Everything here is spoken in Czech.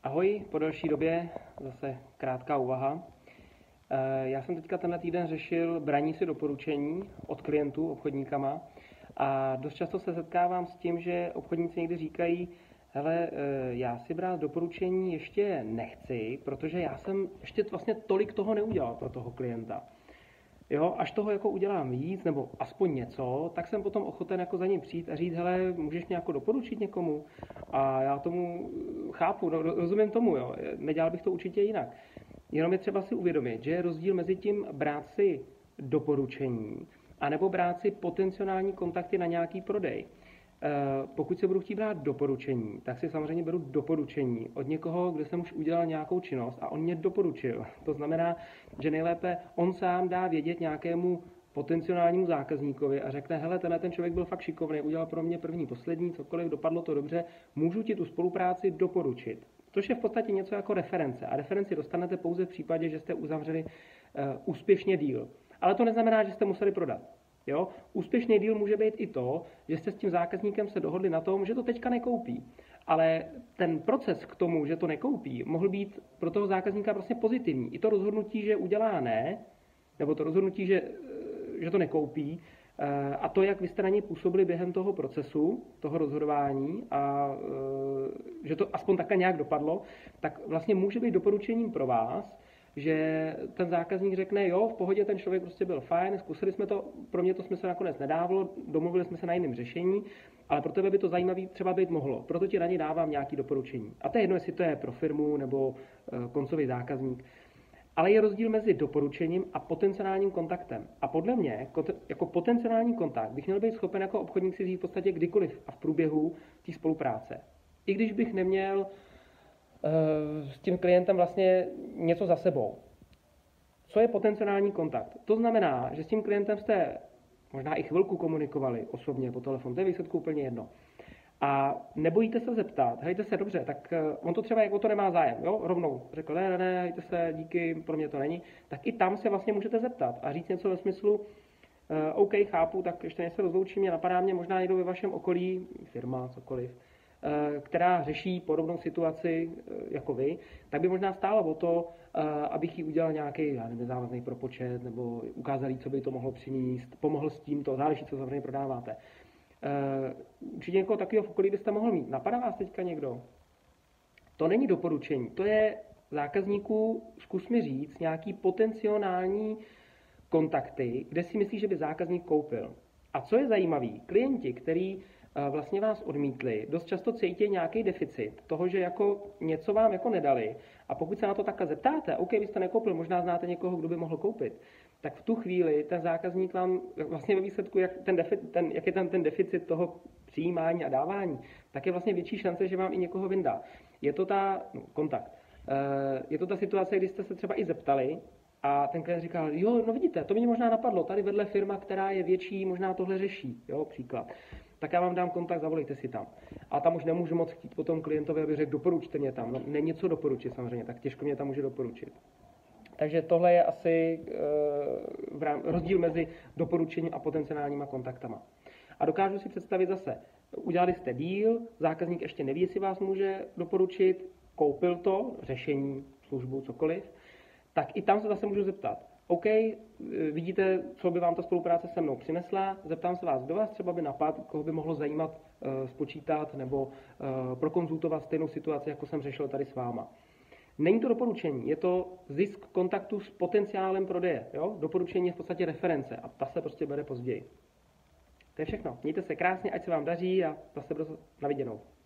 Ahoj, po delší době zase krátká úvaha. Já jsem teďka tenhle týden řešil braní si doporučení od klientů obchodníkama a dost často se setkávám s tím, že obchodníci někdy říkají, hele, já si brát doporučení ještě nechci, protože já jsem ještě vlastně tolik toho neudělal pro toho klienta. Jo, až toho jako udělám víc, nebo aspoň něco, tak jsem potom ochoten jako za ním přijít a říct, hele, můžeš mě jako doporučit někomu? A já tomu chápu, rozumím tomu, jo, nedělal bych to určitě jinak. Jenom je třeba si uvědomit, že je rozdíl mezi tím brát si doporučení, anebo brát si potenciální kontakty na nějaký prodej. Pokud se budu chtít brát doporučení, tak si samozřejmě beru doporučení od někoho, kde jsem už udělal nějakou činnost a on mě doporučil. To znamená, že nejlépe on sám dá vědět nějakému potenciálnímu zákazníkovi a řekne, hele, ten člověk byl fakt šikovný, udělal pro mě první, poslední, cokoliv, dopadlo to dobře, můžu ti tu spolupráci doporučit. Což je v podstatě něco jako reference. A referenci dostanete pouze v případě, že jste uzavřeli úspěšně deal. Ale to neznamená, že jste museli prodat. Jo? Úspěšný deal může být i to, že jste s tím zákazníkem se dohodli na tom, že to teďka nekoupí. Ale ten proces k tomu, že to nekoupí, mohl být pro toho zákazníka prostě pozitivní. I to rozhodnutí, že udělá ne, nebo to rozhodnutí, že to nekoupí, a to, jak vy jste na něj působili během toho procesu, toho rozhodování a že to aspoň takhle nějak dopadlo, tak vlastně může být doporučením pro vás, že ten zákazník řekne, jo, v pohodě, ten člověk prostě byl fajn, zkusili jsme to, pro mě to smysl nakonec nedávalo, domluvili jsme se na jiném řešení, ale pro tebe by to zajímavý třeba být mohlo, proto ti na ně dávám nějaké doporučení. A to je jedno, jestli to je pro firmu nebo koncový zákazník. Ale je rozdíl mezi doporučením a potenciálním kontaktem. A podle mě, jako potenciální kontakt bych měl být schopen jako obchodník si říct v podstatě kdykoliv a v průběhu té spolupráce. I když bych neměl s tím klientem vlastně něco za sebou. Co je potenciální kontakt? To znamená, že s tím klientem jste možná i chvilku komunikovali osobně po telefonu, to je výsledku úplně jedno. A nebojíte se zeptat, hejte se, dobře, tak on to třeba jako to nemá zájem, jo, rovnou řekl, ne, hejte se, díky, pro mě to není, tak i tam se vlastně můžete zeptat a říct něco ve smyslu, OK, chápu, tak ještě než se rozloučím, napadá mě možná někdo ve vašem okolí, firma, cokoliv, která řeší podobnou situaci jako vy, tak by možná stálo o to, abych jí udělal nějaký, já nevím, závazný propočet, nebo ukázal jí, co by to mohlo přinést, pomohl s tím, to záleží, co samozřejmě prodáváte. Určitě někoho takového v okolí byste mohl mít. Napadá vás teďka někdo? To není doporučení, to je zákazníků, zkus mi říct, nějaký potenciální kontakty, kde si myslíš, že by zákazník koupil. A co je zajímavé, klienti, který vlastně vás odmítli, dost často cítí nějaký deficit toho, že jako něco vám jako nedali. A pokud se na to takhle zeptáte, OK, vy jste nekoupil, možná znáte někoho, kdo by mohl koupit, tak v tu chvíli ten zákazník vám vlastně ve výsledku, jak je ten deficit toho přijímání a dávání, tak je vlastně větší šance, že vám i někoho vyndá. Je to kontakt. Je to ta situace, kdy jste se třeba i zeptali a ten klient říkal, jo, no vidíte, to mě možná napadlo, tady vedle firma, která je větší, možná tohle řeší, jo, příklad. Tak já vám dám kontakt, zavolejte si tam. A tam už nemůžu moc chtít potom klientovi, aby řekl, doporučte mě tam. No, není co doporučit samozřejmě, tak těžko mě tam může doporučit. Takže tohle je asi rozdíl mezi doporučením a potenciálníma kontaktama. A dokážu si představit zase, udělali jste deal, zákazník ještě neví, jestli vás může doporučit, koupil to, řešení, službu, cokoliv, tak i tam se zase můžu zeptat. OK, vidíte, co by vám ta spolupráce se mnou přinesla, zeptám se vás, kdo vás třeba by napadl, koho by mohlo zajímat spočítat nebo prokonzultovat stejnou situaci, jako jsem řešil tady s váma. Není to doporučení, je to zisk kontaktu s potenciálem prodeje. Jo? Doporučení je v podstatě reference a ta se prostě bere později. To je všechno. Mějte se krásně, ať se vám daří a zase brzo na viděnou.